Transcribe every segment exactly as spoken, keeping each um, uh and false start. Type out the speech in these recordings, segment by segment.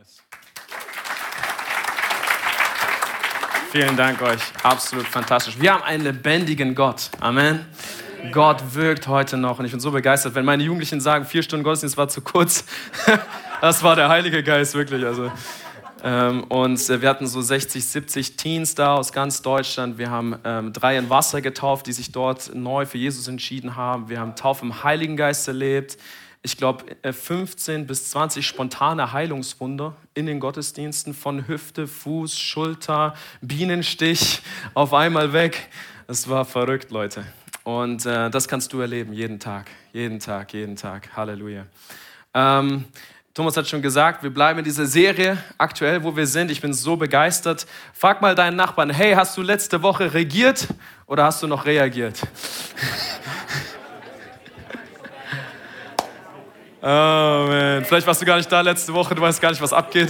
Yes. Vielen Dank euch, absolut fantastisch. Wir haben einen lebendigen Gott, Amen. Gott wirkt heute noch und ich bin so begeistert, wenn meine Jugendlichen sagen, vier Stunden Gottesdienst war zu kurz. Das war der Heilige Geist, wirklich. Also. Ähm, und äh, wir hatten so sechzig, siebzig Teens da aus ganz Deutschland. Wir haben ähm, drei in Wasser getauft, die sich dort neu für Jesus entschieden haben. Wir haben Taufe im Heiligen Geist erlebt. Ich glaube, fünfzehn bis zwanzig spontane Heilungswunder in den Gottesdiensten von Hüfte, Fuß, Schulter, Bienenstich, auf einmal weg. Es war verrückt, Leute. Und äh, das kannst du erleben, jeden Tag, jeden Tag, jeden Tag. Halleluja. Ähm, Thomas hat schon gesagt, wir bleiben in dieser Serie aktuell, wo wir sind. Ich bin so begeistert. Frag mal deinen Nachbarn, hey, hast du letzte Woche regiert oder hast du noch reagiert? Oh man, vielleicht warst du gar nicht da letzte Woche, du weißt gar nicht, was abgeht.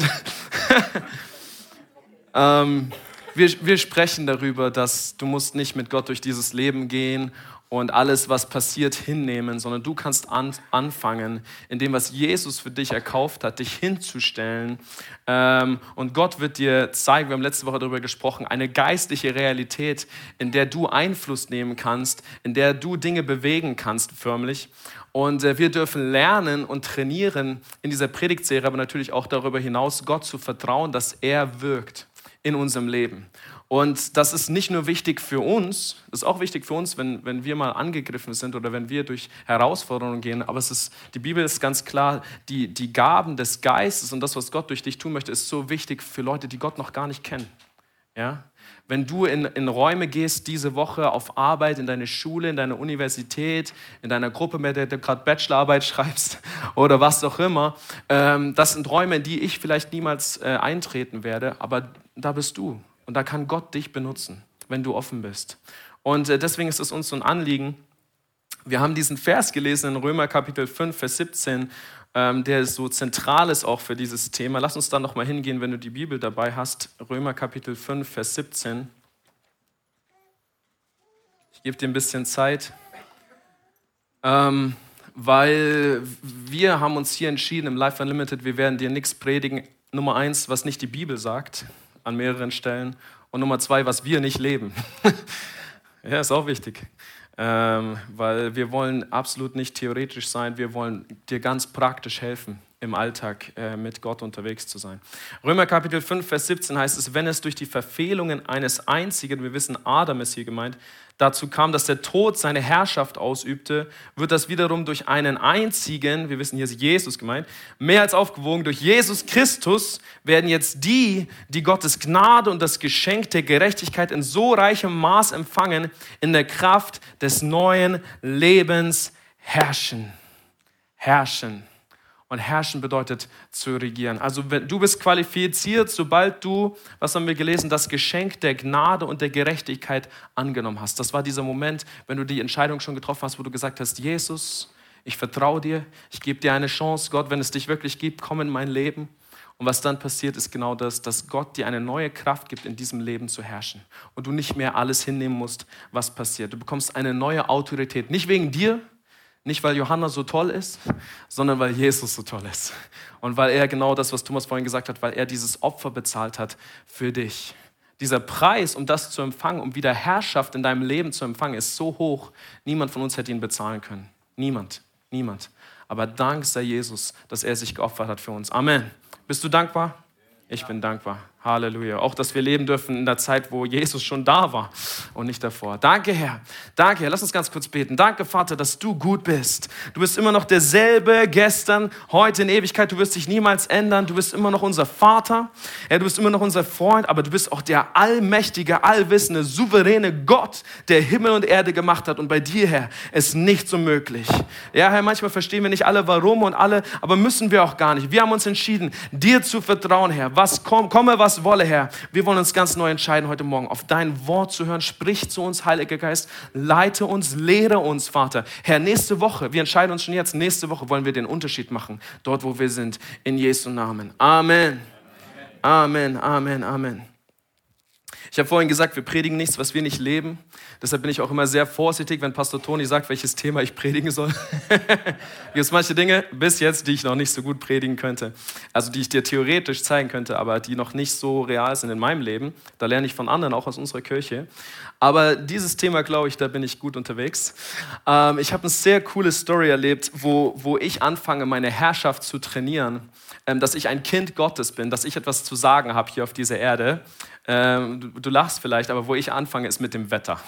ähm, wir, wir sprechen darüber, dass du musst nicht mit Gott durch dieses Leben gehen und alles, was passiert, hinnehmen, sondern du kannst an, anfangen, in dem, was Jesus für dich erkauft hat, dich hinzustellen. Ähm, und Gott wird dir zeigen, wir haben letzte Woche darüber gesprochen, eine geistliche Realität, in der du Einfluss nehmen kannst, in der du Dinge bewegen kannst, förmlich. Und äh, wir dürfen lernen und trainieren in dieser Predigtserie, aber natürlich auch darüber hinaus, Gott zu vertrauen, dass er wirkt in unserem Leben. Und das ist nicht nur wichtig für uns, das ist auch wichtig für uns, wenn, wenn wir mal angegriffen sind oder wenn wir durch Herausforderungen gehen, aber es ist, die Bibel ist ganz klar, die, die Gaben des Geistes und das, was Gott durch dich tun möchte, ist so wichtig für Leute, die Gott noch gar nicht kennen. Ja? Wenn du in, in Räume gehst diese Woche auf Arbeit, in deine Schule, in deine Universität, in deiner Gruppe, mit der du gerade Bachelorarbeit schreibst oder was auch immer, ähm, das sind Räume, in die ich vielleicht niemals äh, eintreten werde, aber da bist du und da kann Gott dich benutzen, wenn du offen bist. Und äh, deswegen ist es uns so ein Anliegen, wir haben diesen Vers gelesen in Römer Kapitel fünf, Vers siebzehn, ähm, der so zentral ist auch für dieses Thema. Lass uns da nochmal hingehen, wenn du die Bibel dabei hast. Römer Kapitel fünf, Vers siebzehn. Ich gebe dir ein bisschen Zeit, ähm, weil wir haben uns hier entschieden im Life Unlimited, wir werden dir nichts predigen. Nummer eins, was nicht die Bibel sagt, an mehreren Stellen. Und Nummer zwei, was wir nicht leben. Ja, ist auch wichtig. Ähm, weil wir wollen absolut nicht theoretisch sein, wir wollen dir ganz praktisch helfen, im Alltag äh, mit Gott unterwegs zu sein. Römer Kapitel fünf, Vers siebzehn heißt es, wenn es durch die Verfehlungen eines einzigen, wir wissen, Adam ist hier gemeint, dazu kam, dass der Tod seine Herrschaft ausübte, wird das wiederum durch einen einzigen, wir wissen, hier ist Jesus gemeint, mehr als aufgewogen, durch Jesus Christus werden jetzt die, die Gottes Gnade und das Geschenk der Gerechtigkeit in so reichem Maß empfangen, in der Kraft des neuen Lebens herrschen. Herrschen. Und herrschen bedeutet zu regieren. Also wenn, du bist qualifiziert, sobald du, was haben wir gelesen, das Geschenk der Gnade und der Gerechtigkeit angenommen hast. Das war dieser Moment, wenn du die Entscheidung schon getroffen hast, wo du gesagt hast, Jesus, ich vertraue dir, ich gebe dir eine Chance, Gott, wenn es dich wirklich gibt, komm in mein Leben. Und was dann passiert, ist genau das, dass Gott dir eine neue Kraft gibt, in diesem Leben zu herrschen. Und du nicht mehr alles hinnehmen musst, was passiert. Du bekommst eine neue Autorität, nicht wegen dir, nicht, weil Johanna so toll ist, sondern weil Jesus so toll ist. Und weil er genau das, was Thomas vorhin gesagt hat, weil er dieses Opfer bezahlt hat für dich. Dieser Preis, um das zu empfangen, um wieder Herrschaft in deinem Leben zu empfangen, ist so hoch, niemand von uns hätte ihn bezahlen können. Niemand, niemand. Aber Dank sei Jesus, dass er sich geopfert hat für uns. Amen. Bist du dankbar? Ich bin dankbar. Halleluja. Auch, dass wir leben dürfen in der Zeit, wo Jesus schon da war und nicht davor. Danke, Herr. Danke, Herr. Lass uns ganz kurz beten. Danke, Vater, dass du gut bist. Du bist immer noch derselbe gestern, heute in Ewigkeit. Du wirst dich niemals ändern. Du bist immer noch unser Vater. Ja, du bist immer noch unser Freund, aber du bist auch der allmächtige, allwissende, souveräne Gott, der Himmel und Erde gemacht hat. Und bei dir, Herr, ist nichts unmöglich. Ja, Herr, manchmal verstehen wir nicht alle, warum und alle, aber müssen wir auch gar nicht. Wir haben uns entschieden, dir zu vertrauen, Herr. Was komm, komme, was wolle, Herr. Wir wollen uns ganz neu entscheiden, heute Morgen auf dein Wort zu hören. Sprich zu uns, Heiliger Geist. Leite uns, lehre uns, Vater. Herr, nächste Woche, wir entscheiden uns schon jetzt, nächste Woche wollen wir den Unterschied machen, dort, wo wir sind. In Jesu Namen. Amen. Amen, Amen, Amen. Ich habe vorhin gesagt, wir predigen nichts, was wir nicht leben. Deshalb bin ich auch immer sehr vorsichtig, wenn Pastor Toni sagt, welches Thema ich predigen soll. Gibt es manche Dinge bis jetzt, die ich noch nicht so gut predigen könnte. Also die ich dir theoretisch zeigen könnte, aber die noch nicht so real sind in meinem Leben. Da lerne ich von anderen, auch aus unserer Kirche. Aber dieses Thema, glaube ich, da bin ich gut unterwegs. Ähm, ich habe eine sehr coole Story erlebt, wo, wo ich anfange, meine Herrschaft zu trainieren. Ähm, dass ich ein Kind Gottes bin, dass ich etwas zu sagen habe hier auf dieser Erde. Ähm, du, du lachst vielleicht, aber wo ich anfange, ist mit dem Wetter.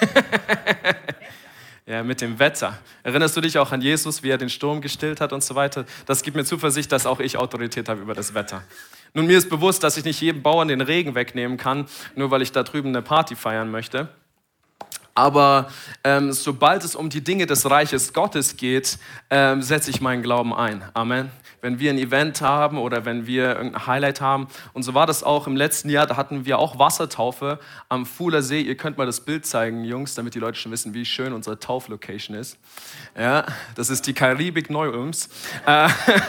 Ja, mit dem Wetter. Erinnerst du dich auch an Jesus, wie er den Sturm gestillt hat und so weiter? Das gibt mir Zuversicht, dass auch ich Autorität habe über das Wetter. Nun, mir ist bewusst, dass ich nicht jedem Bauern den Regen wegnehmen kann, nur weil ich da drüben eine Party feiern möchte. Aber ähm, sobald es um die Dinge des Reiches Gottes geht, ähm, setze ich meinen Glauben ein. Amen. Wenn wir ein Event haben oder wenn wir irgendein Highlight haben. Und so war das auch im letzten Jahr, da hatten wir auch Wassertaufe am Fuhler See. Ihr könnt mal das Bild zeigen, Jungs, damit die Leute schon wissen, wie schön unsere Tauflocation ist. Ja, das ist die Karibik Neu-Ulms. Äh,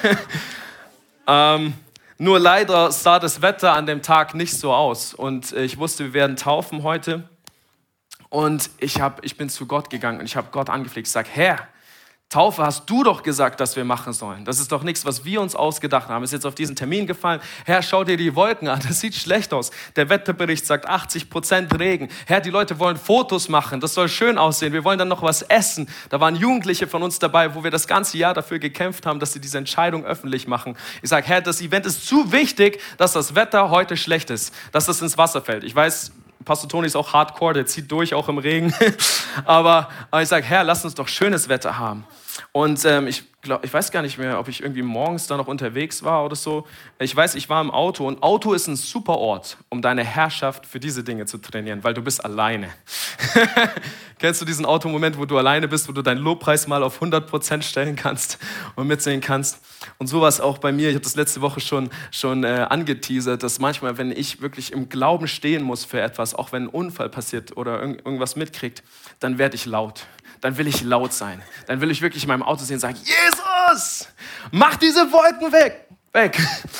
ähm, nur leider sah das Wetter an dem Tag nicht so aus. Und ich wusste, wir werden taufen heute. Und ich, hab, ich bin zu Gott gegangen und ich habe Gott angefleht. Ich sage, Herr, Taufe hast du doch gesagt, dass wir machen sollen. Das ist doch nichts, was wir uns ausgedacht haben. Ist jetzt auf diesen Termin gefallen. Herr, schau dir die Wolken an. Das sieht schlecht aus. Der Wetterbericht sagt achtzig Prozent Regen. Herr, die Leute wollen Fotos machen. Das soll schön aussehen. Wir wollen dann noch was essen. Da waren Jugendliche von uns dabei, wo wir das ganze Jahr dafür gekämpft haben, dass sie diese Entscheidung öffentlich machen. Ich sage, Herr, das Event ist zu wichtig, dass das Wetter heute schlecht ist, dass das ins Wasser fällt. Ich weiß, Pastor Toni ist auch hardcore, der zieht durch, auch im Regen. aber, aber ich sage, Herr, lass uns doch schönes Wetter haben. Und ähm, ich, glaub, ich weiß gar nicht mehr, ob ich irgendwie morgens da noch unterwegs war oder so. Ich weiß, ich war im Auto und Auto ist ein super Ort, um deine Herrschaft für diese Dinge zu trainieren, weil du bist alleine. Kennst du diesen Automoment, wo du alleine bist, wo du deinen Lobpreis mal auf hundert Prozent stellen kannst und mitsingen kannst? Und so war es auch bei mir. Ich habe das letzte Woche schon, schon äh, angeteasert, dass manchmal, wenn ich wirklich im Glauben stehen muss für etwas, auch wenn ein Unfall passiert oder irg- irgendwas mitkriegt, dann werde ich laut. Dann will ich laut sein. Dann will ich wirklich in meinem Auto sehen und sagen, Jesus, mach diese Wolken weg. Weg.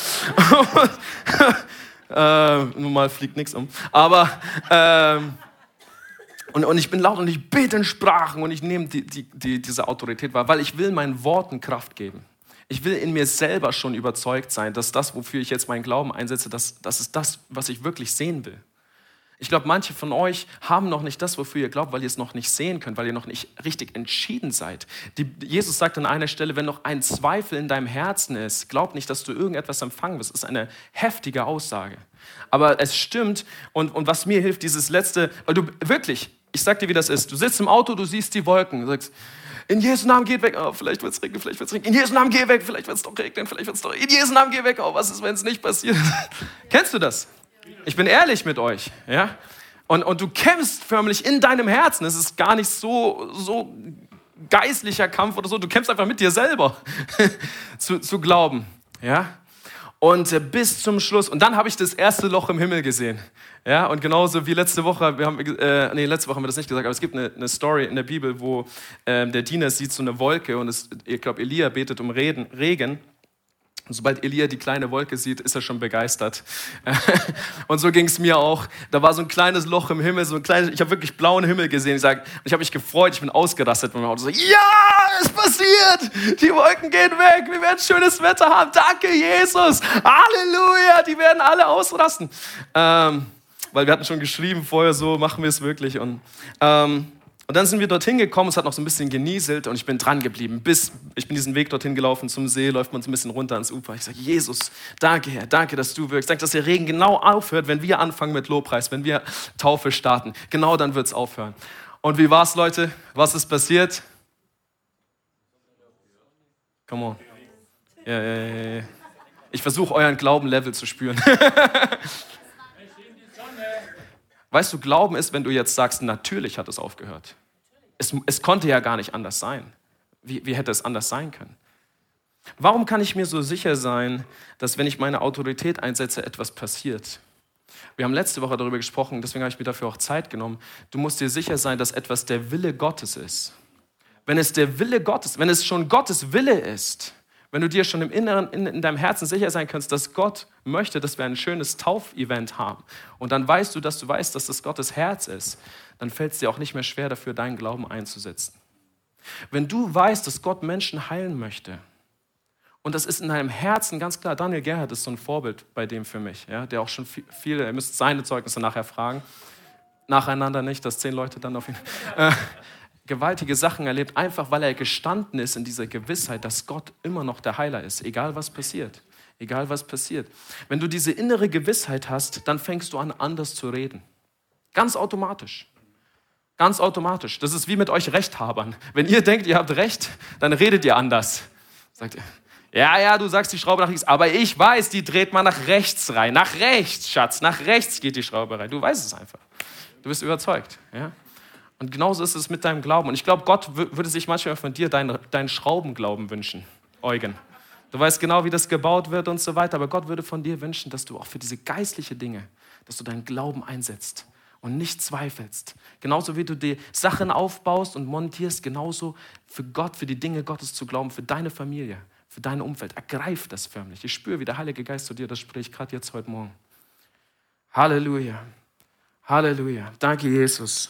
äh, nun mal fliegt nichts um. Aber, ähm, und, und ich bin laut und ich bete in Sprachen und ich nehme die, die, die, diese Autorität wahr, weil ich will meinen Worten Kraft geben. Ich will in mir selber schon überzeugt sein, dass das, wofür ich jetzt meinen Glauben einsetze, das, das ist das, was ich wirklich sehen will. Ich glaube, manche von euch haben noch nicht das, wofür ihr glaubt, weil ihr es noch nicht sehen könnt, weil ihr noch nicht richtig entschieden seid. Die, Jesus sagt an einer Stelle, wenn noch ein Zweifel in deinem Herzen ist, glaub nicht, dass du irgendetwas empfangen wirst. Das ist eine heftige Aussage. Aber es stimmt und, und was mir hilft, dieses letzte, weil du wirklich, ich sag dir, wie das ist, du sitzt im Auto, du siehst die Wolken, du sagst, in Jesu Namen geht weg, oh, vielleicht wird es regnen, vielleicht wird es regnen, in Jesu Namen geh weg, vielleicht wird es doch regnen, vielleicht wird es doch, in Jesu Namen geh weg, oh, was ist, wenn es nicht passiert? Kennst du das? Ich bin ehrlich mit euch, ja? Und, und du kämpfst förmlich in deinem Herzen. Es ist gar nicht so, so geistlicher Kampf oder so. Du kämpfst einfach mit dir selber zu, zu glauben, ja? Und äh, bis zum Schluss. Und dann habe ich das erste Loch im Himmel gesehen, ja? Und genauso wie letzte Woche, wir haben, äh, nee, letzte Woche haben wir das nicht gesagt, aber es gibt eine, eine Story in der Bibel, wo äh, der Diener sieht so eine Wolke und es, ich glaube, Elia betet um Reden, Regen. Und sobald Elia die kleine Wolke sieht, ist er schon begeistert. Und so ging es mir auch. Da war so ein kleines Loch im Himmel, so ein kleines, ich habe wirklich blauen Himmel gesehen. Ich, sag, ich habe mich gefreut, ich bin ausgerastet mit meinem Auto. So, ja, es passiert! Die Wolken gehen weg, wir werden schönes Wetter haben. Danke, Jesus! Halleluja! Die werden alle ausrasten. Ähm, weil wir hatten schon geschrieben vorher so, machen wir es wirklich. Und... Ähm, Und dann sind wir dorthin gekommen, es hat noch so ein bisschen genieselt und ich bin dran geblieben. Bis ich bin diesen Weg dorthin gelaufen zum See, läuft man so ein bisschen runter ans Ufer. Ich sage, Jesus, danke Herr, danke, dass du wirkst. Danke, dass der Regen genau aufhört, wenn wir anfangen mit Lobpreis, wenn wir Taufe starten. Genau dann wird es aufhören. Und wie war's, Leute? Was ist passiert? Come on. Ja, ja, ja, ja. Ich versuche euren Glaubenlevel zu spüren. Weißt du, Glauben ist, wenn du jetzt sagst, natürlich hat es aufgehört. Es, es konnte ja gar nicht anders sein. Wie, wie hätte es anders sein können? Warum kann ich mir so sicher sein, dass wenn ich meine Autorität einsetze, etwas passiert? Wir haben letzte Woche darüber gesprochen, deswegen habe ich mir dafür auch Zeit genommen. Du musst dir sicher sein, dass etwas der Wille Gottes ist. Wenn es der Wille Gottes, wenn es schon Gottes Wille ist, wenn du dir schon im Inneren, in, in deinem Herzen sicher sein kannst, dass Gott möchte, dass wir ein schönes Taufevent haben und dann weißt du, dass du weißt, dass das Gottes Herz ist, dann fällt es dir auch nicht mehr schwer, dafür deinen Glauben einzusetzen. Wenn du weißt, dass Gott Menschen heilen möchte, und das ist in deinem Herzen ganz klar, Daniel Gerhardt ist so ein Vorbild bei dem für mich, ja, der auch schon viele, ihr müsst seine Zeugnisse nachher fragen, nacheinander nicht, dass zehn Leute dann auf ihn, äh, gewaltige Sachen erlebt, einfach weil er gestanden ist in dieser Gewissheit, dass Gott immer noch der Heiler ist, egal was passiert, egal was passiert. Wenn du diese innere Gewissheit hast, dann fängst du an, anders zu reden, ganz automatisch. Ganz automatisch. Das ist wie mit euch Rechthabern. Wenn ihr denkt, ihr habt Recht, dann redet ihr anders. Sagt ihr, ja, ja, du sagst die Schraube nach links, aber ich weiß, die dreht man nach rechts rein. Nach rechts, Schatz, nach rechts geht die Schraube rein. Du weißt es einfach. Du bist überzeugt. Ja? Und genauso ist es mit deinem Glauben. Und ich glaube, Gott w- würde sich manchmal von dir deinen, deinen Schraubenglauben wünschen, Eugen. Du weißt genau, wie das gebaut wird und so weiter, aber Gott würde von dir wünschen, dass du auch für diese geistlichen Dinge, dass du deinen Glauben einsetzt und nicht zweifelst. Genauso wie du die Sachen aufbaust und montierst, genauso für Gott, für die Dinge Gottes zu glauben, für deine Familie, für dein Umfeld. Ergreif das förmlich. Ich spüre, wie der Heilige Geist zu dir das spricht, gerade jetzt heute Morgen. Halleluja. Halleluja. Danke, Jesus.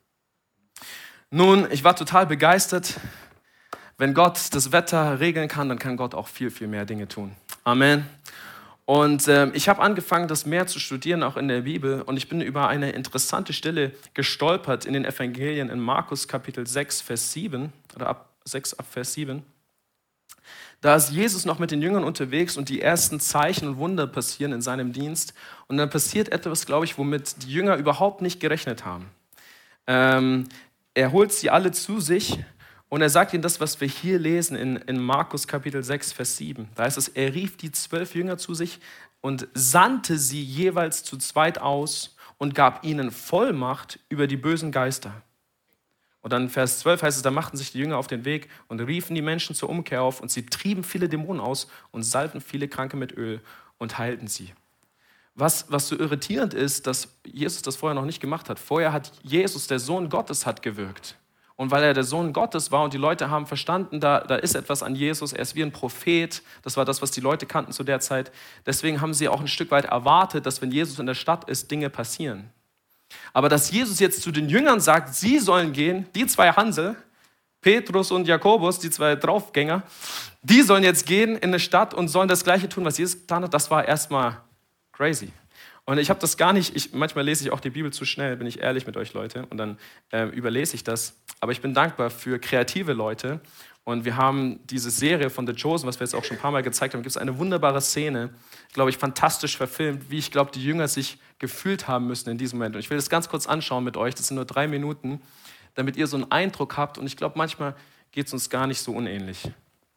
Nun, ich war total begeistert. Wenn Gott das Wetter regeln kann, dann kann Gott auch viel, viel mehr Dinge tun. Amen. Und äh, ich habe angefangen, das mehr zu studieren, auch in der Bibel. Und ich bin über eine interessante Stelle gestolpert in den Evangelien in Markus Kapitel sechs, Vers sieben, oder ab sechs ab Vers sieben. Da ist Jesus noch mit den Jüngern unterwegs und die ersten Zeichen und Wunder passieren in seinem Dienst. Und dann passiert etwas, glaube ich, womit die Jünger überhaupt nicht gerechnet haben. Ähm, er holt sie alle zu sich und er sagt ihnen das, was wir hier lesen in, in Markus Kapitel sechs, Vers sieben. Da heißt es, er rief die zwölf Jünger zu sich und sandte sie jeweils zu zweit aus und gab ihnen Vollmacht über die bösen Geister. Und dann Vers zwölf heißt es, da machten sich die Jünger auf den Weg und riefen die Menschen zur Umkehr auf und sie trieben viele Dämonen aus und salbten viele Kranke mit Öl und heilten sie. Was, was so irritierend ist, dass Jesus das vorher noch nicht gemacht hat. Vorher hat Jesus, der Sohn Gottes, hat gewirkt. Und weil er der Sohn Gottes war und die Leute haben verstanden, da, da ist etwas an Jesus, er ist wie ein Prophet, das war das, was die Leute kannten zu der Zeit. Deswegen haben sie auch ein Stück weit erwartet, dass wenn Jesus in der Stadt ist, Dinge passieren. Aber dass Jesus jetzt zu den Jüngern sagt, sie sollen gehen, die zwei Hansel, Petrus und Jakobus, die zwei Draufgänger, die sollen jetzt gehen in eine Stadt und sollen das Gleiche tun, was Jesus getan hat, das war erstmal crazy. Und ich habe das gar nicht, ich, manchmal lese ich auch die Bibel zu schnell, bin ich ehrlich mit euch, Leute, und dann äh, überlese ich das. Aber ich bin dankbar für kreative Leute. Und wir haben diese Serie von The Chosen, was wir jetzt auch schon ein paar Mal gezeigt haben, gibt es eine wunderbare Szene, glaube ich, fantastisch verfilmt, wie ich glaube, die Jünger sich gefühlt haben müssen in diesem Moment. Und ich will das ganz kurz anschauen mit euch, das sind nur drei Minuten, damit ihr so einen Eindruck habt. Und ich glaube, manchmal geht es uns gar nicht so unähnlich.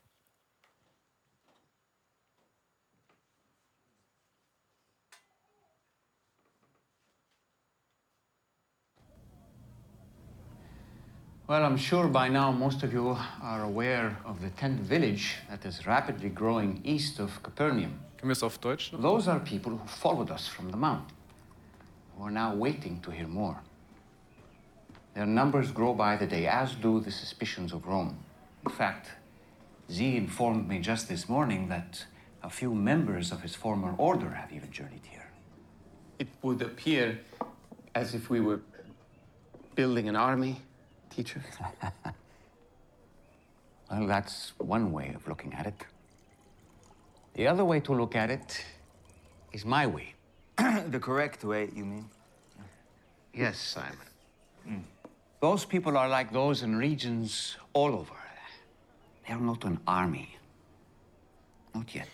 Well, I'm sure by now most of you are aware of the tent village that is rapidly growing east of Capernaum. Können wir es auf Deutsch noch? Those are people who followed us from the mount, who are now waiting to hear more. Their numbers grow by the day, as do the suspicions of Rome. In fact, Z informed me just this morning that a few members of his former order have even journeyed here. It would appear as if we were building an army, teacher. Well, that's one way of looking at it. The other way to look at it is my way. The correct way, you mean? Yes, Simon. Mm. Those people are like those in regions all over. They're not an army. Not yet.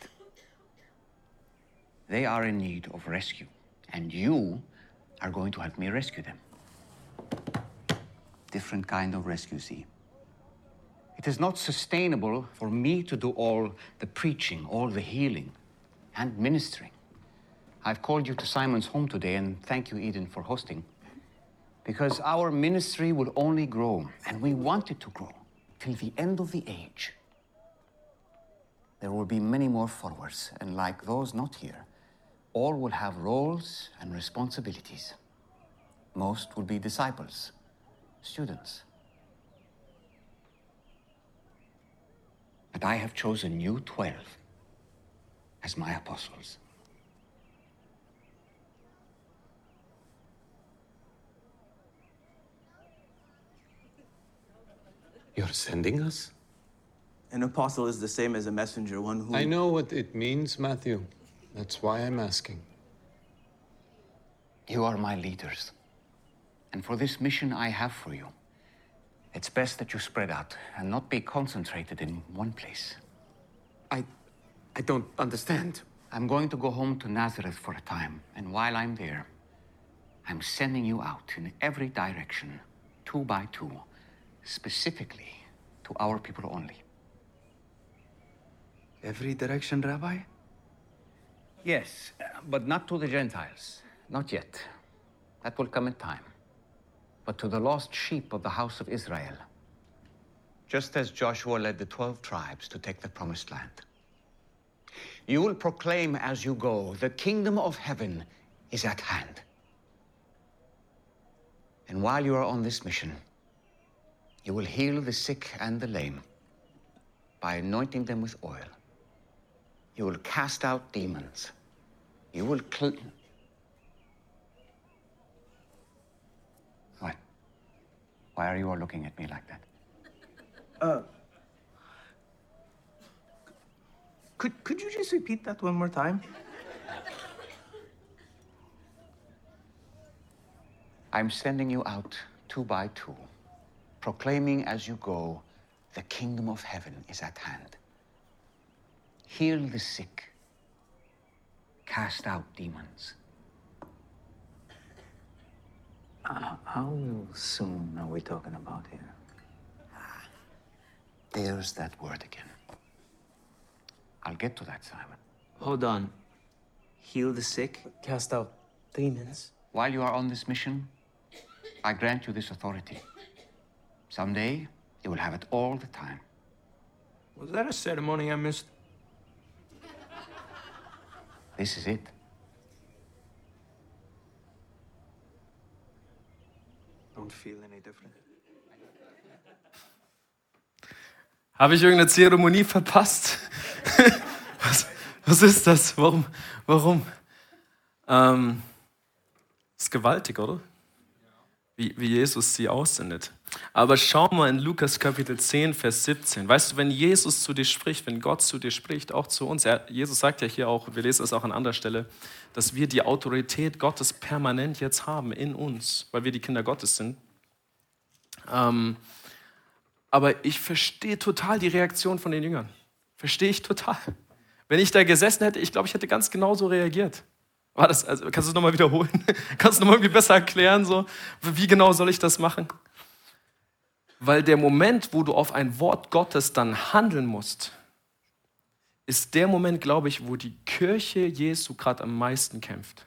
They are in need of rescue, and you are going to help me rescue them. Different kind of rescue, see? It is not sustainable for me to do all the preaching, all the healing, and ministering. I've called you to Simon's home today, and thank you, Eden, for hosting. Because our ministry will only grow, and we want it to grow, till the end of the age. There will be many more followers, and like those not here, all will have roles and responsibilities. Most will be disciples, students. But I have chosen you twelve as my apostles. You're sending us? An apostle is the same as a messenger, one who... I know what it means, Matthew. That's why I'm asking. You are my leaders. And for this mission I have for you, it's best that you spread out and not be concentrated in one place. I... I don't understand. I'm going to go home to Nazareth for a time, and while I'm there, I'm sending you out in every direction, two by two, specifically to our people only. Every direction, Rabbi? Yes, but not to the Gentiles. Not yet. That will come in time. But to the lost sheep of the house of Israel. Just as Joshua led the twelve tribes to take the promised land. You will proclaim as you go, the kingdom of heaven is at hand. And while you are on this mission, you will heal the sick and the lame by anointing them with oil. You will cast out demons. You will clean. What? Why are you all looking at me like that? Uh... Could, could you just repeat that one more time? I'm sending you out two by two, proclaiming as you go, the kingdom of heaven is at hand. Heal the sick. Cast out demons. Uh, how soon are we talking about here? There's that word again. I'll get to that, Simon. Hold on. Heal the sick? Cast out demons? While you are on this mission, I grant you this authority. Someday, you will have it all the time. Was that a ceremony I missed? This is it. Don't feel any different. Habe ich irgendeine Zeremonie verpasst? was, was ist das? Warum? Warum? Ähm, ist gewaltig, oder? Wie, wie Jesus sie aussendet. Aber schau mal in Lukas Kapitel zehn, Vers siebzehn. Weißt du, wenn Jesus zu dir spricht, wenn Gott zu dir spricht, auch zu uns, er, Jesus sagt ja hier auch, wir lesen es auch an anderer Stelle, dass wir die Autorität Gottes permanent jetzt haben in uns, weil wir die Kinder Gottes sind. Ähm, aber ich verstehe total die Reaktion von den Jüngern. Verstehe ich total. Wenn ich da gesessen hätte, ich glaube, ich hätte ganz genauso reagiert. War das, also, kannst du es nochmal wiederholen? Kannst du es nochmal irgendwie besser erklären? So? Wie genau soll ich das machen? Weil der Moment, wo du auf ein Wort Gottes dann handeln musst, ist der Moment, glaube ich, wo die Kirche Jesu gerade am meisten kämpft.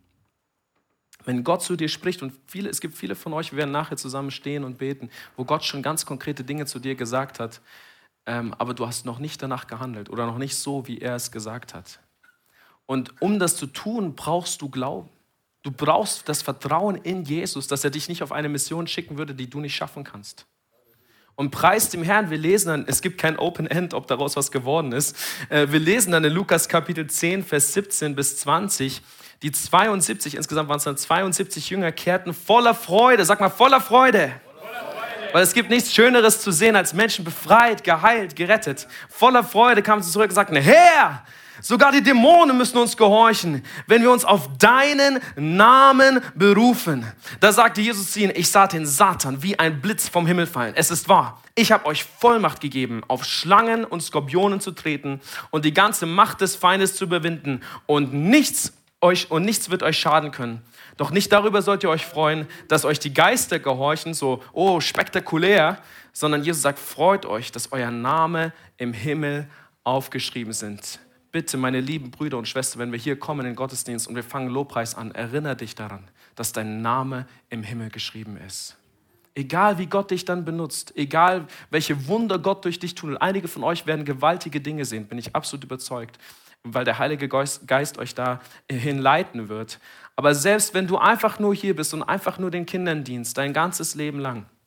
Wenn Gott zu dir spricht, und viele, es gibt viele von euch, wir werden nachher zusammen stehen und beten, wo Gott schon ganz konkrete Dinge zu dir gesagt hat, ähm, aber du hast noch nicht danach gehandelt oder noch nicht so, wie er es gesagt hat. Und um das zu tun, brauchst du Glauben. Du brauchst das Vertrauen in Jesus, dass er dich nicht auf eine Mission schicken würde, die du nicht schaffen kannst. Und preis dem Herrn, wir lesen dann, es gibt kein Open End, ob daraus was geworden ist. Wir lesen dann in Lukas Kapitel zehn, Vers siebzehn bis zwanzig, die zweiundsiebzig, insgesamt waren es dann zweiundsiebzig Jünger, kehrten voller Freude, sag mal voller Freude. Voller Freude. Weil es gibt nichts Schöneres zu sehen, als Menschen befreit, geheilt, gerettet. Voller Freude kamen sie zurück und sagten, Herr, sogar die Dämonen müssen uns gehorchen, wenn wir uns auf deinen Namen berufen. Da sagte Jesus zu ihnen, ich sah den Satan wie ein Blitz vom Himmel fallen. Es ist wahr, ich habe euch Vollmacht gegeben, auf Schlangen und Skorpionen zu treten und die ganze Macht des Feindes zu überwinden. Und nichts, euch, und nichts wird euch schaden können. Doch nicht darüber sollt ihr euch freuen, dass euch die Geister gehorchen, so, oh, spektakulär, sondern Jesus sagt, freut euch, dass euer Name im Himmel aufgeschrieben sind. Bitte, meine lieben Brüder und Schwestern, wenn wir hier kommen in den Gottesdienst und wir fangen Lobpreis an, erinnere dich daran, dass dein Name im Himmel geschrieben ist. Egal wie Gott dich dann benutzt, egal welche Wunder Gott durch dich tut, und einige von euch werden gewaltige Dinge sehen, bin ich absolut überzeugt, weil der Heilige Geist, Geist euch dahin leiten wird. Aber selbst wenn du einfach nur hier bist und einfach nur den Kindern dienst, dein ganzes Leben lang,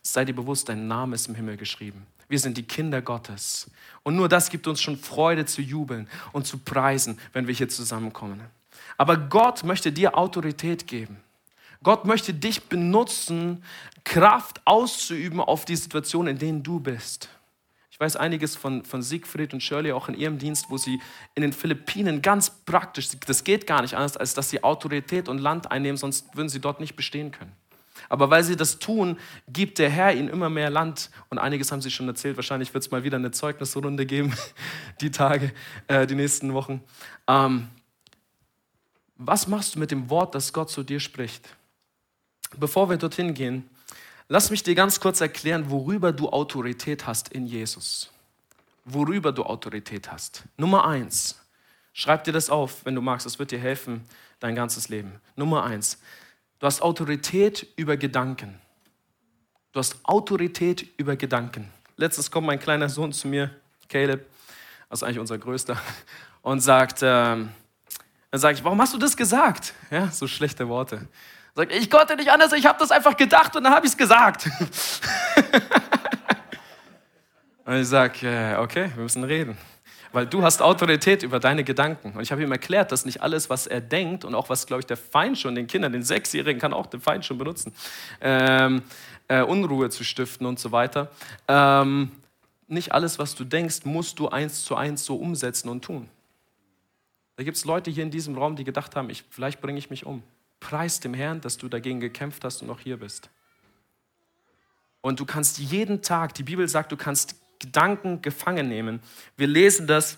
sei dir bewusst, dein Name ist im Himmel geschrieben. Wir sind die Kinder Gottes. Und nur das gibt uns schon Freude zu jubeln und zu preisen, wenn wir hier zusammenkommen. Aber Gott möchte dir Autorität geben. Gott möchte dich benutzen, Kraft auszuüben auf die Situation, in denen du bist. Ich weiß einiges von, von Siegfried und Shirley, auch in ihrem Dienst, wo sie in den Philippinen ganz praktisch, das geht gar nicht anders, als dass sie Autorität und Land einnehmen, sonst würden sie dort nicht bestehen können. Aber weil sie das tun, gibt der Herr ihnen immer mehr Land. Und einiges haben sie schon erzählt. Wahrscheinlich wird es mal wieder eine Zeugnisrunde geben, die Tage, äh, die nächsten Wochen. Ähm, was machst du mit dem Wort, das Gott zu dir spricht? Bevor wir dorthin gehen, lass mich dir ganz kurz erklären, worüber du Autorität hast in Jesus. Worüber du Autorität hast. Nummer eins. Schreib dir das auf, wenn du magst. Es wird dir helfen, dein ganzes Leben. Nummer eins. Du hast Autorität über Gedanken. Du hast Autorität über Gedanken. Letztens kommt mein kleiner Sohn zu mir, Caleb, also eigentlich unser Größter, und sagt, ähm, dann sage ich, warum hast du das gesagt? Ja, so schlechte Worte. Sagt, ich konnte nicht anders, ich habe das einfach gedacht und dann habe ich es gesagt. Und ich sage, okay, wir müssen reden. Weil du hast Autorität über deine Gedanken. Und ich habe ihm erklärt, dass nicht alles, was er denkt und auch was, glaube ich, der Feind schon, den Kindern, den Sechsjährigen kann auch der Feind schon benutzen, ähm, äh, Unruhe zu stiften und so weiter. Ähm, nicht alles, was du denkst, musst du eins zu eins so umsetzen und tun. Da gibt es Leute hier in diesem Raum, die gedacht haben, ich, vielleicht bringe ich mich um. Preis dem Herrn, dass du dagegen gekämpft hast und noch hier bist. Und du kannst jeden Tag, die Bibel sagt, du kannst Gedanken gefangen nehmen. Wir lesen das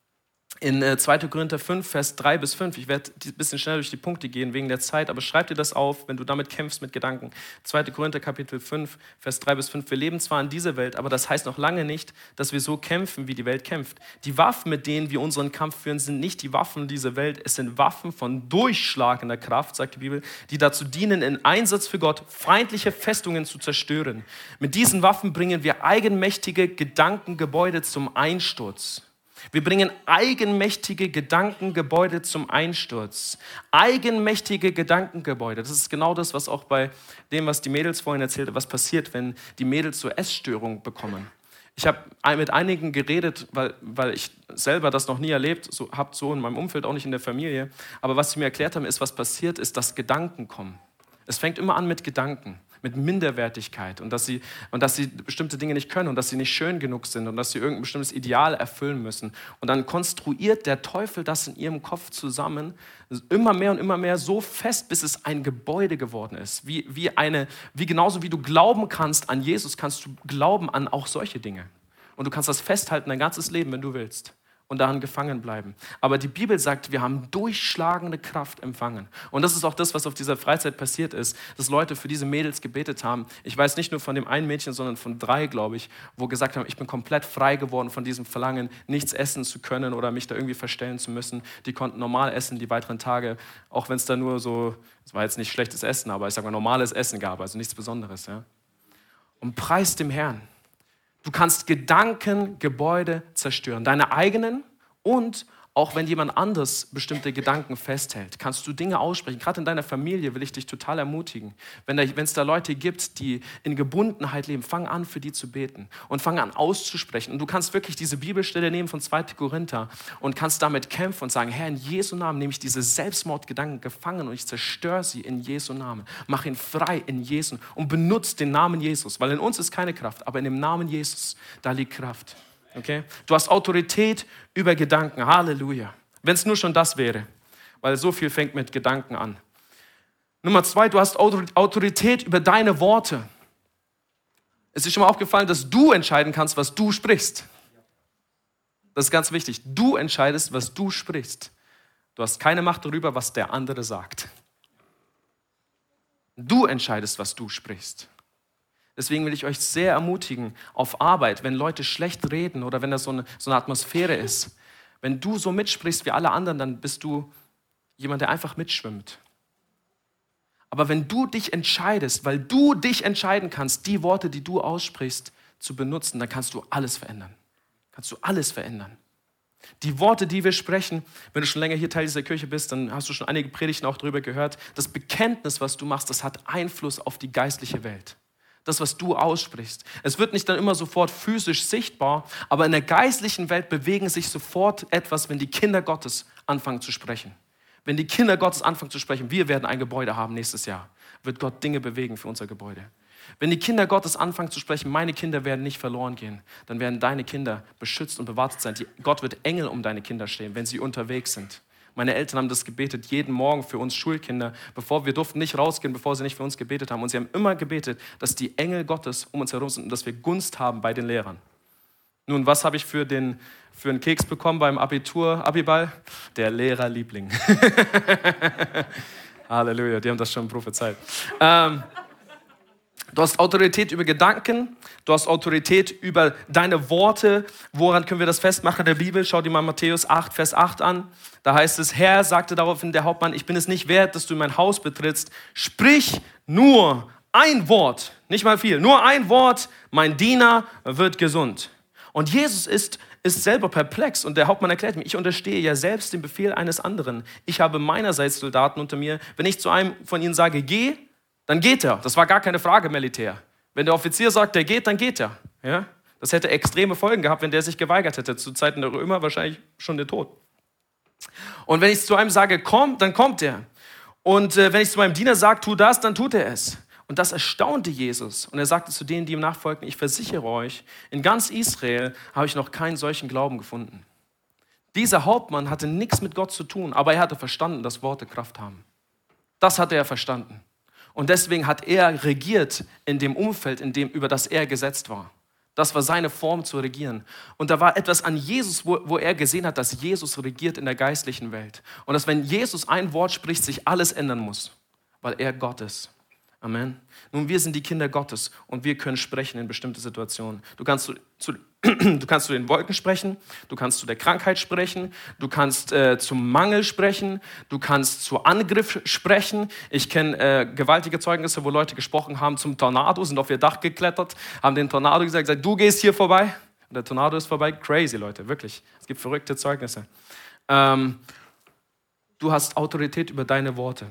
in zweiter Korinther fünf, Vers drei bis fünf. Ich werde ein bisschen schnell durch die Punkte gehen wegen der Zeit, aber schreib dir das auf, wenn du damit kämpfst mit Gedanken. zweiter Korinther Kapitel fünf, Vers drei bis fünf. Wir leben zwar in dieser Welt, aber das heißt noch lange nicht, dass wir so kämpfen, wie die Welt kämpft. Die Waffen, mit denen wir unseren Kampf führen, sind nicht die Waffen dieser Welt. Es sind Waffen von durchschlagender Kraft, sagt die Bibel, die dazu dienen, in Einsatz für Gott feindliche Festungen zu zerstören. Mit diesen Waffen bringen wir eigenmächtige Gedankengebäude zum Einsturz. Wir bringen eigenmächtige Gedankengebäude zum Einsturz. Eigenmächtige Gedankengebäude. Das ist genau das, was auch bei dem, was die Mädels vorhin erzählt haben, was passiert, wenn die Mädels so Essstörungen bekommen. Ich habe mit einigen geredet, weil, weil ich selber das noch nie erlebt so, habe, so in meinem Umfeld, auch nicht in der Familie. Aber was sie mir erklärt haben, ist, was passiert ist, dass Gedanken kommen. Es fängt immer an mit Gedanken, mit Minderwertigkeit und dass sie, und dass sie bestimmte Dinge nicht können und dass sie nicht schön genug sind und dass sie irgendein bestimmtes Ideal erfüllen müssen. Und dann konstruiert der Teufel das in ihrem Kopf zusammen, immer mehr und immer mehr so fest, bis es ein Gebäude geworden ist. Wie, wie eine, wie genauso wie du glauben kannst an Jesus, kannst du glauben an auch solche Dinge. Und du kannst das festhalten dein ganzes Leben, wenn du willst. Und daran gefangen bleiben. Aber die Bibel sagt, wir haben durchschlagende Kraft empfangen. Und das ist auch das, was auf dieser Freizeit passiert ist, dass Leute für diese Mädels gebetet haben. Ich weiß nicht nur von dem einen Mädchen, sondern von drei, glaube ich, wo gesagt haben, ich bin komplett frei geworden von diesem Verlangen, nichts essen zu können oder mich da irgendwie verstellen zu müssen. Die konnten normal essen die weiteren Tage, auch wenn es da nur so, es war jetzt nicht schlechtes Essen, aber ich sage mal normales Essen gab, also nichts Besonderes. Ja? Und preis dem Herrn. Du kannst Gedankengebäude zerstören, deine eigenen und auch wenn jemand anders bestimmte Gedanken festhält, kannst du Dinge aussprechen. Gerade in deiner Familie will ich dich total ermutigen. Wenn es da Leute gibt, die in Gebundenheit leben, fang an, für die zu beten und fang an, auszusprechen. Und du kannst wirklich diese Bibelstelle nehmen von zweiter Korinther und kannst damit kämpfen und sagen, Herr, in Jesu Namen nehme ich diese Selbstmordgedanken gefangen und ich zerstöre sie in Jesu Namen. Mach ihn frei in Jesu und benutze den Namen Jesus, weil in uns ist keine Kraft, aber in dem Namen Jesus, da liegt Kraft. Okay? Du hast Autorität über Gedanken. Halleluja. Wenn es nur schon das wäre. Weil so viel fängt mit Gedanken an. Nummer zwei, du hast Autorität über deine Worte. Es ist schon mal aufgefallen, dass du entscheiden kannst, was du sprichst. Das ist ganz wichtig. Du entscheidest, was du sprichst. Du hast keine Macht darüber, was der andere sagt. Du entscheidest, was du sprichst. Deswegen will ich euch sehr ermutigen, auf Arbeit, wenn Leute schlecht reden oder wenn das so eine, so eine Atmosphäre ist, wenn du so mitsprichst wie alle anderen, dann bist du jemand, der einfach mitschwimmt. Aber wenn du dich entscheidest, weil du dich entscheiden kannst, die Worte, die du aussprichst, zu benutzen, dann kannst du alles verändern. Kannst du alles verändern. Die Worte, die wir sprechen, wenn du schon länger hier Teil dieser Kirche bist, dann hast du schon einige Predigten auch darüber gehört, das Bekenntnis, was du machst, das hat Einfluss auf die geistliche Welt. das, was du aussprichst. Es wird nicht dann immer sofort physisch sichtbar, aber in der geistlichen Welt bewegen sich sofort etwas, wenn die Kinder Gottes anfangen zu sprechen. Wenn die Kinder Gottes anfangen zu sprechen, wir werden ein Gebäude haben nächstes Jahr, wird Gott Dinge bewegen für unser Gebäude. Wenn die Kinder Gottes anfangen zu sprechen, meine Kinder werden nicht verloren gehen, dann werden deine Kinder beschützt und bewahrt sein. Die, Gott wird Engel um deine Kinder stehen, wenn sie unterwegs sind. Meine Eltern haben das gebetet, jeden Morgen für uns Schulkinder, bevor wir durften nicht rausgehen, bevor sie nicht für uns gebetet haben. Und sie haben immer gebetet, dass die Engel Gottes um uns herum sind und dass wir Gunst haben bei den Lehrern. Nun, was habe ich für den für einen Keks bekommen beim Abitur, Abiball? Der Lehrerliebling. Halleluja, die haben das schon prophezeit. Ähm, Du hast Autorität über Gedanken, du hast Autorität über deine Worte. Woran können wir das festmachen in der Bibel? Schau dir mal Matthäus acht, Vers acht an. Da heißt es, Herr, sagte daraufhin der Hauptmann, ich bin es nicht wert, dass du mein Haus betrittst. Sprich nur ein Wort, nicht mal viel, nur ein Wort, mein Diener wird gesund. Und Jesus ist, ist selber perplex und der Hauptmann erklärt mir, ich unterstehe ja selbst den Befehl eines anderen. Ich habe meinerseits Soldaten unter mir. Wenn ich zu einem von ihnen sage, geh, dann geht er. Das war gar keine Frage, Militär. Wenn der Offizier sagt, der geht, dann geht er. Ja? Das hätte extreme Folgen gehabt, wenn der sich geweigert hätte. Zu Zeiten der Römer wahrscheinlich schon der Tod. Und wenn ich zu einem sage, komm, dann kommt er. Und äh, wenn ich zu meinem Diener sage, tu das, dann tut er es. Und das erstaunte Jesus. Und er sagte zu denen, die ihm nachfolgten, ich versichere euch, in ganz Israel habe ich noch keinen solchen Glauben gefunden. Dieser Hauptmann hatte nichts mit Gott zu tun, aber er hatte verstanden, dass Worte Kraft haben. Das hatte er verstanden. Und deswegen hat er regiert in dem Umfeld, in dem, über das er gesetzt war. Das war seine Form zu regieren. Und da war etwas an Jesus, wo, wo er gesehen hat, dass Jesus regiert in der geistlichen Welt. Und dass, wenn Jesus ein Wort spricht, sich alles ändern muss, weil er Gott ist. Amen. Nun, wir sind die Kinder Gottes und wir können sprechen in bestimmte Situationen. Du kannst zu, zu, du kannst zu den Wolken sprechen, du kannst zu der Krankheit sprechen, du kannst äh, zum Mangel sprechen, du kannst zu Angriff sprechen. Ich kenne äh, gewaltige Zeugnisse, wo Leute gesprochen haben zum Tornado, sind auf ihr Dach geklettert, haben den Tornado gesagt, gesagt du gehst hier vorbei. Und der Tornado ist vorbei. Crazy, Leute, wirklich. Es gibt verrückte Zeugnisse. Ähm, du hast Autorität über deine Worte.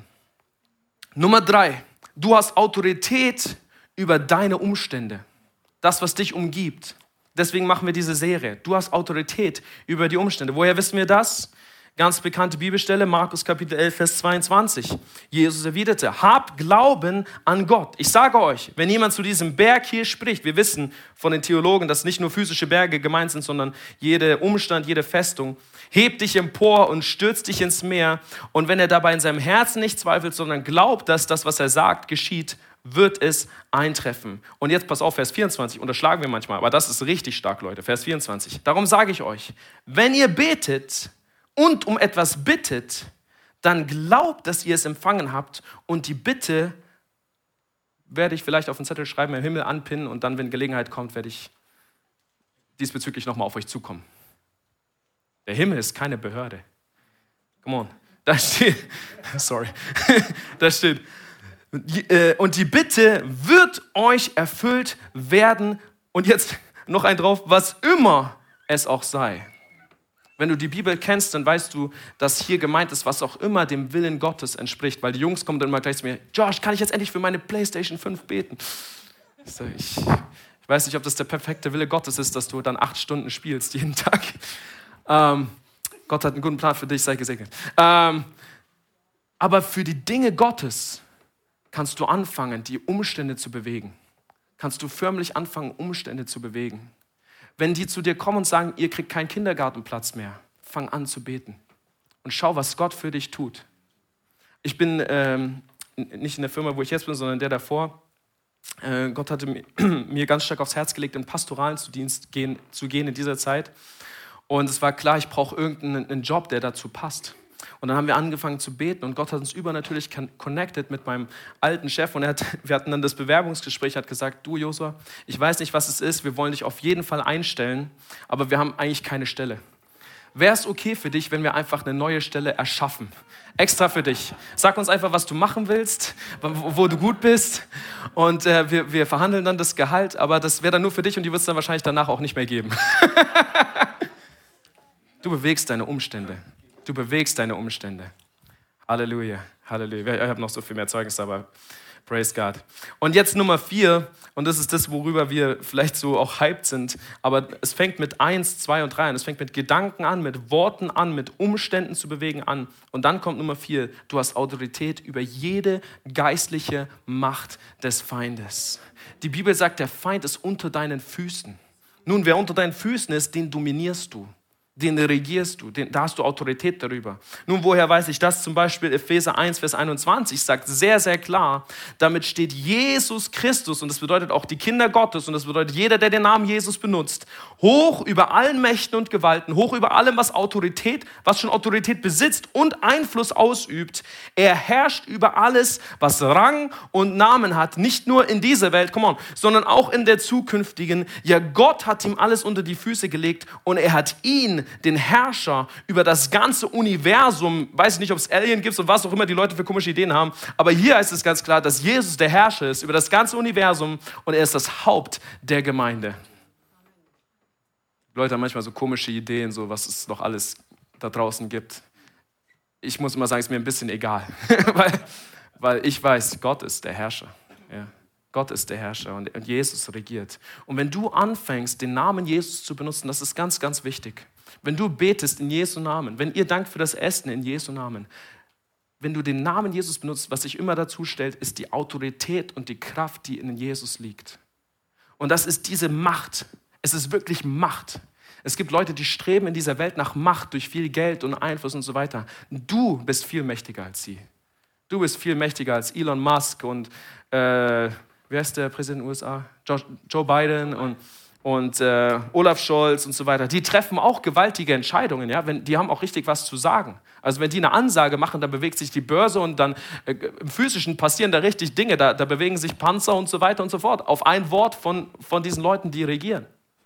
Nummer drei. Du hast Autorität über deine Umstände, das, was dich umgibt. Deswegen machen wir diese Serie. Du hast Autorität über die Umstände. Woher wissen wir das? Ganz bekannte Bibelstelle, Markus Kapitel elf, Vers zweiundzwanzig. Jesus erwiderte, habt Glauben an Gott. Ich sage euch, wenn jemand zu diesem Berg hier spricht, wir wissen von den Theologen, dass nicht nur physische Berge gemeint sind, sondern jeder Umstand, jede Festung, hebt dich empor und stürzt dich ins Meer. Und wenn er dabei in seinem Herzen nicht zweifelt, sondern glaubt, dass das, was er sagt, geschieht, wird es eintreffen. Und jetzt pass auf, Vers vierundzwanzig, unterschlagen wir manchmal, aber das ist richtig stark, Leute, Vers vierundzwanzig. Darum sage ich euch, wenn ihr betet und um etwas bittet, dann glaubt, dass ihr es empfangen habt und die Bitte werde ich vielleicht auf den Zettel schreiben, im Himmel anpinnen und dann, wenn Gelegenheit kommt, werde ich diesbezüglich nochmal auf euch zukommen. Der Himmel ist keine Behörde. Come on. Da steht, sorry, da steht, und die Bitte wird euch erfüllt werden. Und jetzt noch ein drauf, was immer es auch sei. Wenn du die Bibel kennst, dann weißt du, dass hier gemeint ist, was auch immer dem Willen Gottes entspricht. Weil die Jungs kommen dann immer gleich zu mir, Josh, kann ich jetzt endlich für meine PlayStation fünf beten? Ich, sage, ich, ich weiß nicht, ob das der perfekte Wille Gottes ist, dass du dann acht Stunden spielst jeden Tag. Ähm, Gott hat einen guten Plan für dich, sei gesegnet. Ähm, aber für die Dinge Gottes kannst du anfangen, die Umstände zu bewegen. Kannst du förmlich anfangen, Umstände zu bewegen. Wenn die zu dir kommen und sagen, ihr kriegt keinen Kindergartenplatz mehr, fang an zu beten und schau, was Gott für dich tut. Ich bin ähm, nicht in der Firma, wo ich jetzt bin, sondern der davor. Äh, Gott hatte mir, mir ganz stark aufs Herz gelegt, in pastoralen Dienst gehen, zu gehen in dieser Zeit. Und es war klar, ich brauche irgendeinen Job, der dazu passt. Und dann haben wir angefangen zu beten und Gott hat uns übernatürlich connected mit meinem alten Chef und er hat, wir hatten dann das Bewerbungsgespräch, hat gesagt, du Josua, ich weiß nicht, was es ist, wir wollen dich auf jeden Fall einstellen, aber wir haben eigentlich keine Stelle. Wäre es okay für dich, wenn wir einfach eine neue Stelle erschaffen? Extra für dich. Sag uns einfach, was du machen willst, wo, wo du gut bist und äh, wir, wir verhandeln dann das Gehalt, aber das wäre dann nur für dich und die wird es dann wahrscheinlich danach auch nicht mehr geben. Du bewegst deine Umstände. Du bewegst deine Umstände. Halleluja, Halleluja. Ich habe noch so viel mehr Zeugnis, aber Praise God. Und jetzt Nummer vier, und das ist das, worüber wir vielleicht so auch hyped sind, aber es fängt mit eins, zwei und drei an. Es fängt mit Gedanken an, mit Worten an, mit Umständen zu bewegen an. Und dann kommt Nummer vier, du hast Autorität über jede geistliche Macht des Feindes. Die Bibel sagt, der Feind ist unter deinen Füßen. Nun, wer unter deinen Füßen ist, den dominierst du. Den regierst du, den, da hast du Autorität darüber. Nun, woher weiß ich das? Zum Beispiel Epheser eins, Vers einundzwanzig sagt sehr, sehr klar, damit steht Jesus Christus, und das bedeutet auch die Kinder Gottes, und das bedeutet jeder, der den Namen Jesus benutzt, hoch über allen Mächten und Gewalten, hoch über allem, was Autorität, was schon Autorität besitzt und Einfluss ausübt. Er herrscht über alles, was Rang und Namen hat, nicht nur in dieser Welt, come on, sondern auch in der zukünftigen. Ja, Gott hat ihm alles unter die Füße gelegt und er hat ihn, den Herrscher über das ganze Universum, weiß ich nicht, ob es Alien gibt und was auch immer die Leute für komische Ideen haben, aber hier heißt es ganz klar, dass Jesus der Herrscher ist über das ganze Universum und er ist das Haupt der Gemeinde. Die Leute haben manchmal so komische Ideen, so was es noch alles da draußen gibt. Ich muss immer sagen, es ist mir ein bisschen egal, weil, weil ich weiß, Gott ist der Herrscher. Ja. Gott ist der Herrscher und Jesus regiert. Und wenn du anfängst, den Namen Jesus zu benutzen, das ist ganz, ganz wichtig. Wenn du betest in Jesu Namen, wenn ihr dankt für das Essen in Jesu Namen, wenn du den Namen Jesus benutzt, was sich immer dazu stellt, ist die Autorität und die Kraft, die in Jesus liegt. Und das ist diese Macht. Es ist wirklich Macht. Es gibt Leute, die streben in dieser Welt nach Macht durch viel Geld und Einfluss und so weiter. Du bist viel mächtiger als sie. Du bist viel mächtiger als Elon Musk und äh, wer ist der Präsident der U S A? Joe Biden und, und äh, Olaf Scholz und so weiter. Die treffen auch gewaltige Entscheidungen. Ja? Wenn, die haben auch richtig was zu sagen. Also wenn die eine Ansage machen, dann bewegt sich die Börse und dann äh, im Physischen passieren da richtig Dinge. Da, da bewegen sich Panzer und so weiter und so fort. Auf ein Wort von, von diesen Leuten, die regieren.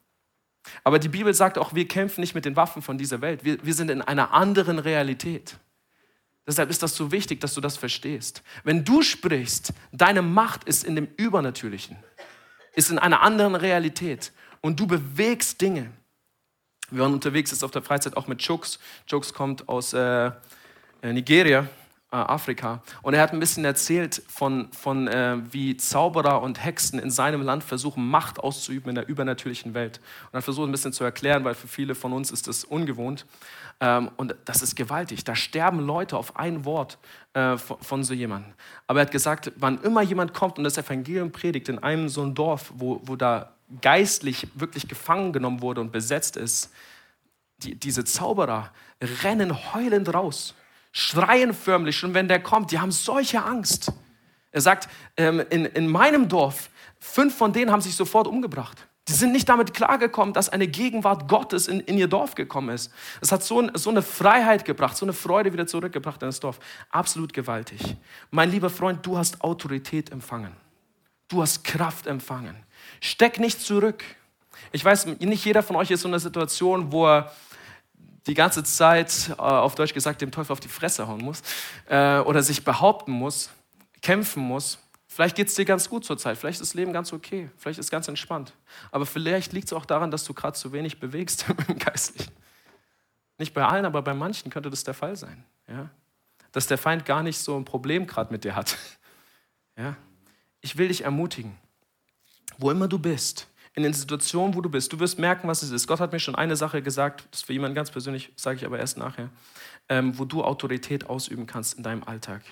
Aber die Bibel sagt auch, wir kämpfen nicht mit den Waffen von dieser Welt. Wir, wir sind in einer anderen Realität. Deshalb ist das so wichtig, dass du das verstehst. Wenn du sprichst, deine Macht ist in dem Übernatürlichen, ist in einer anderen Realität und du bewegst Dinge. Wir waren unterwegs jetzt auf der Freizeit auch mit Chooks. Chooks kommt aus äh, Nigeria, äh, Afrika. Und er hat ein bisschen erzählt von, von äh, wie Zauberer und Hexen in seinem Land versuchen, Macht auszuüben in der übernatürlichen Welt. Und er versucht ein bisschen zu erklären, weil für viele von uns ist das ungewohnt. Ähm, und das ist gewaltig. Da sterben Leute auf ein Wort äh, von, von so jemandem. Aber er hat gesagt, wann immer jemand kommt und das Evangelium predigt in einem so ein Dorf, wo, wo da geistlich wirklich gefangen genommen wurde und besetzt ist, die, diese Zauberer rennen heulend raus, schreien förmlich schon, wenn der kommt. Die haben solche Angst. Er sagt, ähm, in, in meinem Dorf, fünf von denen haben sich sofort umgebracht. Die sind nicht damit klargekommen, dass eine Gegenwart Gottes in, in ihr Dorf gekommen ist. Es hat so, ein, so eine Freiheit gebracht, so eine Freude wieder zurückgebracht in das Dorf. Absolut gewaltig. Mein lieber Freund, du hast Autorität empfangen. Du hast Kraft empfangen. Steck nicht zurück. Ich weiß, nicht jeder von euch ist in einer Situation, wo er die ganze Zeit, äh, auf Deutsch gesagt, dem Teufel auf die Fresse hauen muss äh, oder sich behaupten muss, kämpfen muss. Vielleicht geht es dir ganz gut zur Zeit, vielleicht ist das Leben ganz okay, vielleicht ist es ganz entspannt. Aber vielleicht liegt es auch daran, dass du gerade zu wenig bewegst im Geistlichen. Nicht bei allen, aber bei manchen könnte das der Fall sein. Ja? Dass der Feind gar nicht so ein Problem gerade mit dir hat. Ja? Ich will dich ermutigen, wo immer du bist, in den Situationen, wo du bist, du wirst merken, was es ist. Gott hat mir schon eine Sache gesagt, das ist für jemanden ganz persönlich, sage ich aber erst nachher, ähm, wo du Autorität ausüben kannst in deinem Alltag.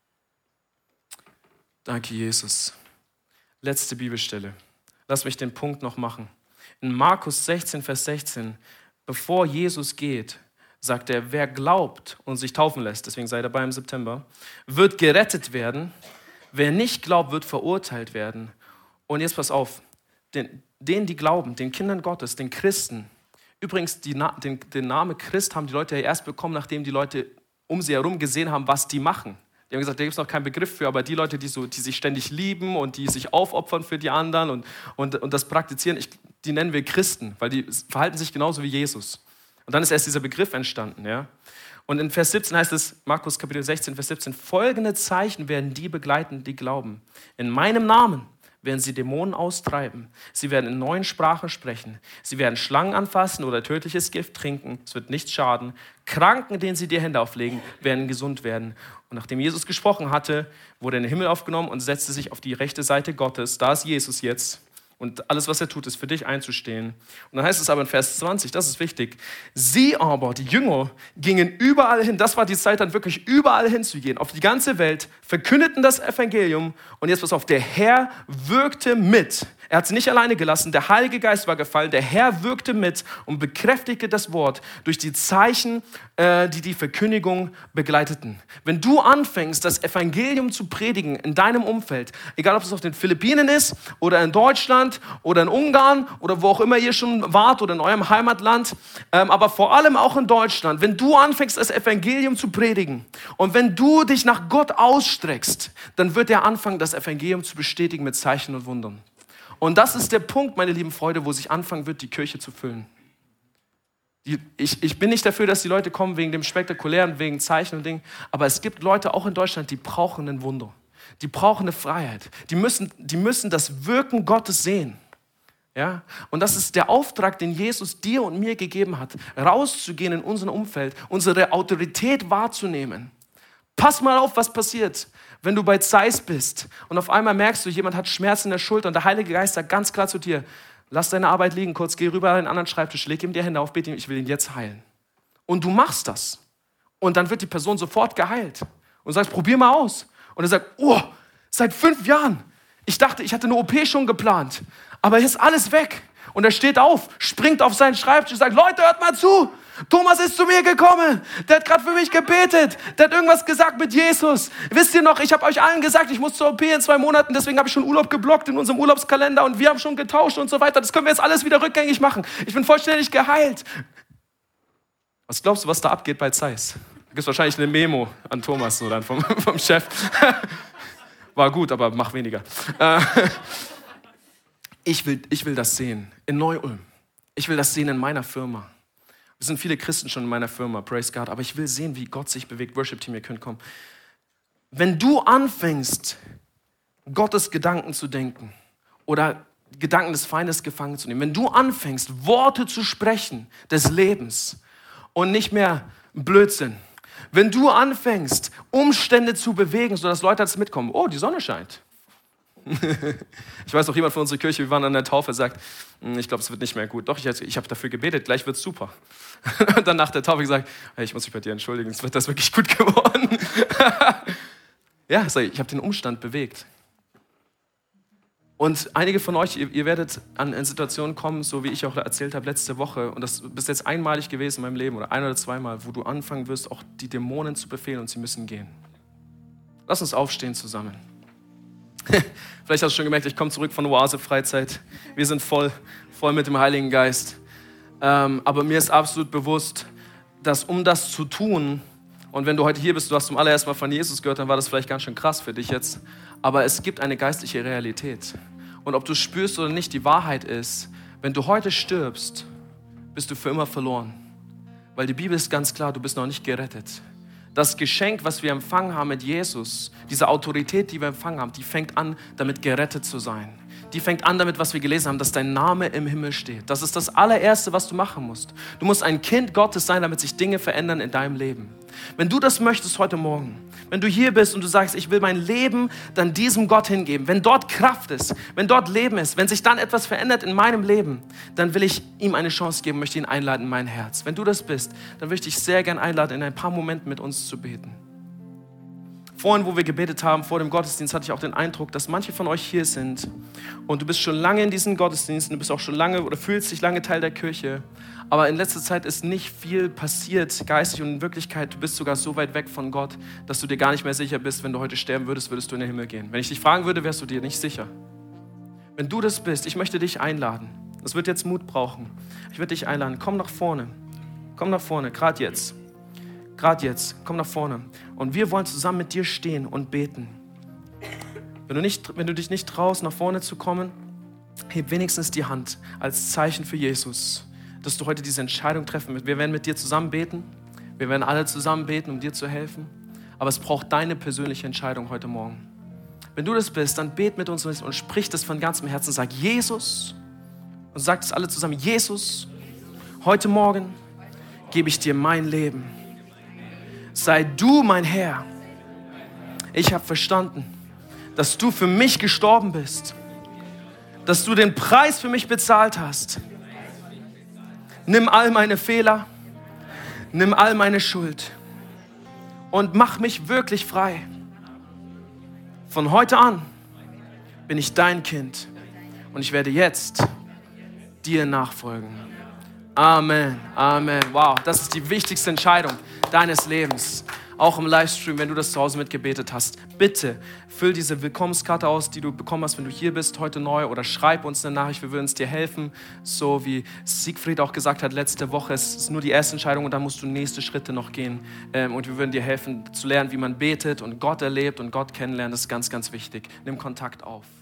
Danke, Jesus. Letzte Bibelstelle. Lass mich den Punkt noch machen. In Markus sechzehn, Vers sechzehn, bevor Jesus geht, sagt er, wer glaubt und sich taufen lässt, deswegen sei dabei im September, wird gerettet werden. Wer nicht glaubt, wird verurteilt werden. Und jetzt pass auf, den, denen, die glauben, den Kindern Gottes, den Christen, übrigens die, den, den Namen Christ haben die Leute ja erst bekommen, nachdem die Leute um sie herum gesehen haben, was die machen. Die haben gesagt, da gibt es noch keinen Begriff für, aber die Leute, die, so, die sich ständig lieben und die sich aufopfern für die anderen und, und, und das praktizieren, ich, die nennen wir Christen, weil die verhalten sich genauso wie Jesus. Und dann ist erst dieser Begriff entstanden. Ja? Und in Vers siebzehn heißt es, Markus Kapitel sechzehn, Vers siebzehn, folgende Zeichen werden die begleiten, die glauben. In meinem Namen werden sie Dämonen austreiben. Sie werden in neuen Sprachen sprechen. Sie werden Schlangen anfassen oder tödliches Gift trinken. Es wird nichts schaden. Kranken, denen sie die Hände auflegen, werden gesund werden. Und nachdem Jesus gesprochen hatte, wurde er in den Himmel aufgenommen und setzte sich auf die rechte Seite Gottes. Da ist Jesus jetzt. Und alles, was er tut, ist für dich einzustehen. Und dann heißt es aber in Vers zwanzig, das ist wichtig, sie aber, die Jünger, gingen überall hin, das war die Zeit dann wirklich überall hinzugehen, auf die ganze Welt, verkündeten das Evangelium und jetzt pass auf, der Herr wirkte mit. Er hat sie nicht alleine gelassen, der Heilige Geist war gefallen, der Herr wirkte mit und bekräftigte das Wort durch die Zeichen, äh, die die Verkündigung begleiteten. Wenn du anfängst, das Evangelium zu predigen in deinem Umfeld, egal ob es auf den Philippinen ist oder in Deutschland oder in Ungarn oder wo auch immer ihr schon wart oder in eurem Heimatland, ähm, aber vor allem auch in Deutschland, wenn du anfängst, das Evangelium zu predigen und wenn du dich nach Gott ausstreckst, dann wird er anfangen, das Evangelium zu bestätigen mit Zeichen und Wundern. Und das ist der Punkt, meine lieben Freunde, wo sich anfangen wird, die Kirche zu füllen. Die, ich, ich bin nicht dafür, dass die Leute kommen wegen dem Spektakulären, wegen Zeichen und Dingen, aber es gibt Leute auch in Deutschland, die brauchen ein Wunder. Die brauchen eine Freiheit. Die müssen, die müssen das Wirken Gottes sehen. Ja? Und das ist der Auftrag, den Jesus dir und mir gegeben hat, rauszugehen in unserem Umfeld, unsere Autorität wahrzunehmen. Pass mal auf, was passiert, wenn du bei Zeiss bist und auf einmal merkst du, jemand hat Schmerzen in der Schulter und der Heilige Geist sagt ganz klar zu dir, lass deine Arbeit liegen kurz, geh rüber an den anderen Schreibtisch, leg ihm die Hände auf, bete ihm, ich will ihn jetzt heilen. Und du machst das. Und dann wird die Person sofort geheilt. Und du sagst, probier mal aus. Und er sagt, oh, seit fünf Jahren. Ich dachte, ich hatte eine O P schon geplant. Aber hier ist alles weg. Und er steht auf, springt auf seinen Schreibtisch und sagt, Leute, hört mal zu. Thomas ist zu mir gekommen. Der hat gerade für mich gebetet. Der hat irgendwas gesagt mit Jesus. Wisst ihr noch, ich habe euch allen gesagt, ich muss zur O P in zwei Monaten. Deswegen habe ich schon Urlaub geblockt in unserem Urlaubskalender. Und wir haben schon getauscht und so weiter. Das können wir jetzt alles wieder rückgängig machen. Ich bin vollständig geheilt. Was glaubst du, was da abgeht bei Zeiss? Da gibt es wahrscheinlich eine Memo an Thomas oder vom, vom Chef. War gut, aber mach weniger. Ich will, ich will das sehen in Neu-Ulm. Ich will das sehen in meiner Firma. Es sind viele Christen schon in meiner Firma, praise God, aber ich will sehen, wie Gott sich bewegt. Worship-Team, ihr könnt kommen. Wenn du anfängst, Gottes Gedanken zu denken oder Gedanken des Feindes gefangen zu nehmen, wenn du anfängst, Worte zu sprechen des Lebens und nicht mehr Blödsinn, wenn du anfängst, Umstände zu bewegen, sodass Leute das mitkommen, oh, die Sonne scheint. Ich weiß noch, jemand von unserer Kirche, wir waren an der Taufe, sagt, ich glaube, es wird nicht mehr gut. Doch, ich, ich habe dafür gebetet, gleich wird es super. Und dann nach der Taufe gesagt, hey, ich muss mich bei dir entschuldigen, es wird das wirklich gut geworden. Ja, ich habe den Umstand bewegt. Und einige von euch, ihr, ihr werdet an, an Situationen kommen, so wie ich auch erzählt habe letzte Woche, und das ist jetzt einmalig gewesen in meinem Leben, oder ein oder zweimal, wo du anfangen wirst, auch die Dämonen zu befehlen und sie müssen gehen. Lass uns aufstehen zusammen. Vielleicht hast du schon gemerkt, ich komme zurück von Oase-Freizeit. Wir sind voll, voll mit dem Heiligen Geist. Ähm, aber mir ist absolut bewusst, dass um das zu tun, und wenn du heute hier bist, du hast zum allerersten Mal von Jesus gehört, dann war das vielleicht ganz schön krass für dich jetzt. Aber es gibt eine geistliche Realität. Und ob du spürst oder nicht, die Wahrheit ist, wenn du heute stirbst, bist du für immer verloren. Weil die Bibel ist ganz klar, du bist noch nicht gerettet. Das Geschenk, was wir empfangen haben mit Jesus, diese Autorität, die wir empfangen haben, die fängt an, damit gerettet zu sein. Die fängt an damit, was wir gelesen haben, dass dein Name im Himmel steht. Das ist das allererste, was du machen musst. Du musst ein Kind Gottes sein, damit sich Dinge verändern in deinem Leben. Wenn du das möchtest heute Morgen, wenn du hier bist und du sagst, ich will mein Leben dann diesem Gott hingeben, wenn dort Kraft ist, wenn dort Leben ist, wenn sich dann etwas verändert in meinem Leben, dann will ich ihm eine Chance geben, möchte ihn einladen in mein Herz. Wenn du das bist, dann möchte ich dich sehr gern einladen, in ein paar Momenten mit uns zu beten. Vorhin, wo wir gebetet haben, vor dem Gottesdienst, hatte ich auch den Eindruck, dass manche von euch hier sind und du bist schon lange in diesen Gottesdiensten, du bist auch schon lange oder fühlst dich lange Teil der Kirche, aber in letzter Zeit ist nicht viel passiert, geistig, und in Wirklichkeit, du bist sogar so weit weg von Gott, dass du dir gar nicht mehr sicher bist, wenn du heute sterben würdest, würdest du in den Himmel gehen. Wenn ich dich fragen würde, wärst du dir nicht sicher. Wenn du das bist, ich möchte dich einladen. Das wird jetzt Mut brauchen. Ich würde dich einladen, komm nach vorne. Komm nach vorne, gerade jetzt. Gerade jetzt, komm nach vorne. Und wir wollen zusammen mit dir stehen und beten. Wenn du, nicht, wenn du dich nicht traust, nach vorne zu kommen, heb wenigstens die Hand als Zeichen für Jesus, dass du heute diese Entscheidung treffen wirst. Wir werden mit dir zusammen beten. Wir werden alle zusammen beten, um dir zu helfen. Aber es braucht deine persönliche Entscheidung heute Morgen. Wenn du das bist, dann bet mit uns und sprich das von ganzem Herzen. Sag Jesus und sagt es alle zusammen. Jesus, heute Morgen gebe ich dir mein Leben. Sei du mein Herr. Ich habe verstanden, dass du für mich gestorben bist, dass du den Preis für mich bezahlt hast. Nimm all meine Fehler, nimm all meine Schuld und mach mich wirklich frei. Von heute an bin ich dein Kind und ich werde jetzt dir nachfolgen. Amen, Amen. Wow, das ist die wichtigste Entscheidung deines Lebens. Auch im Livestream, wenn du das zu Hause mitgebetet hast. Bitte füll diese Willkommenskarte aus, die du bekommen hast, wenn du hier bist, heute neu. Oder schreib uns eine Nachricht, wir würden es dir helfen. So wie Siegfried auch gesagt hat letzte Woche, es ist nur die erste Entscheidung und dann musst du nächste Schritte noch gehen. Und wir würden dir helfen, zu lernen, wie man betet und Gott erlebt und Gott kennenlernt. Das ist ganz, ganz wichtig. Nimm Kontakt auf.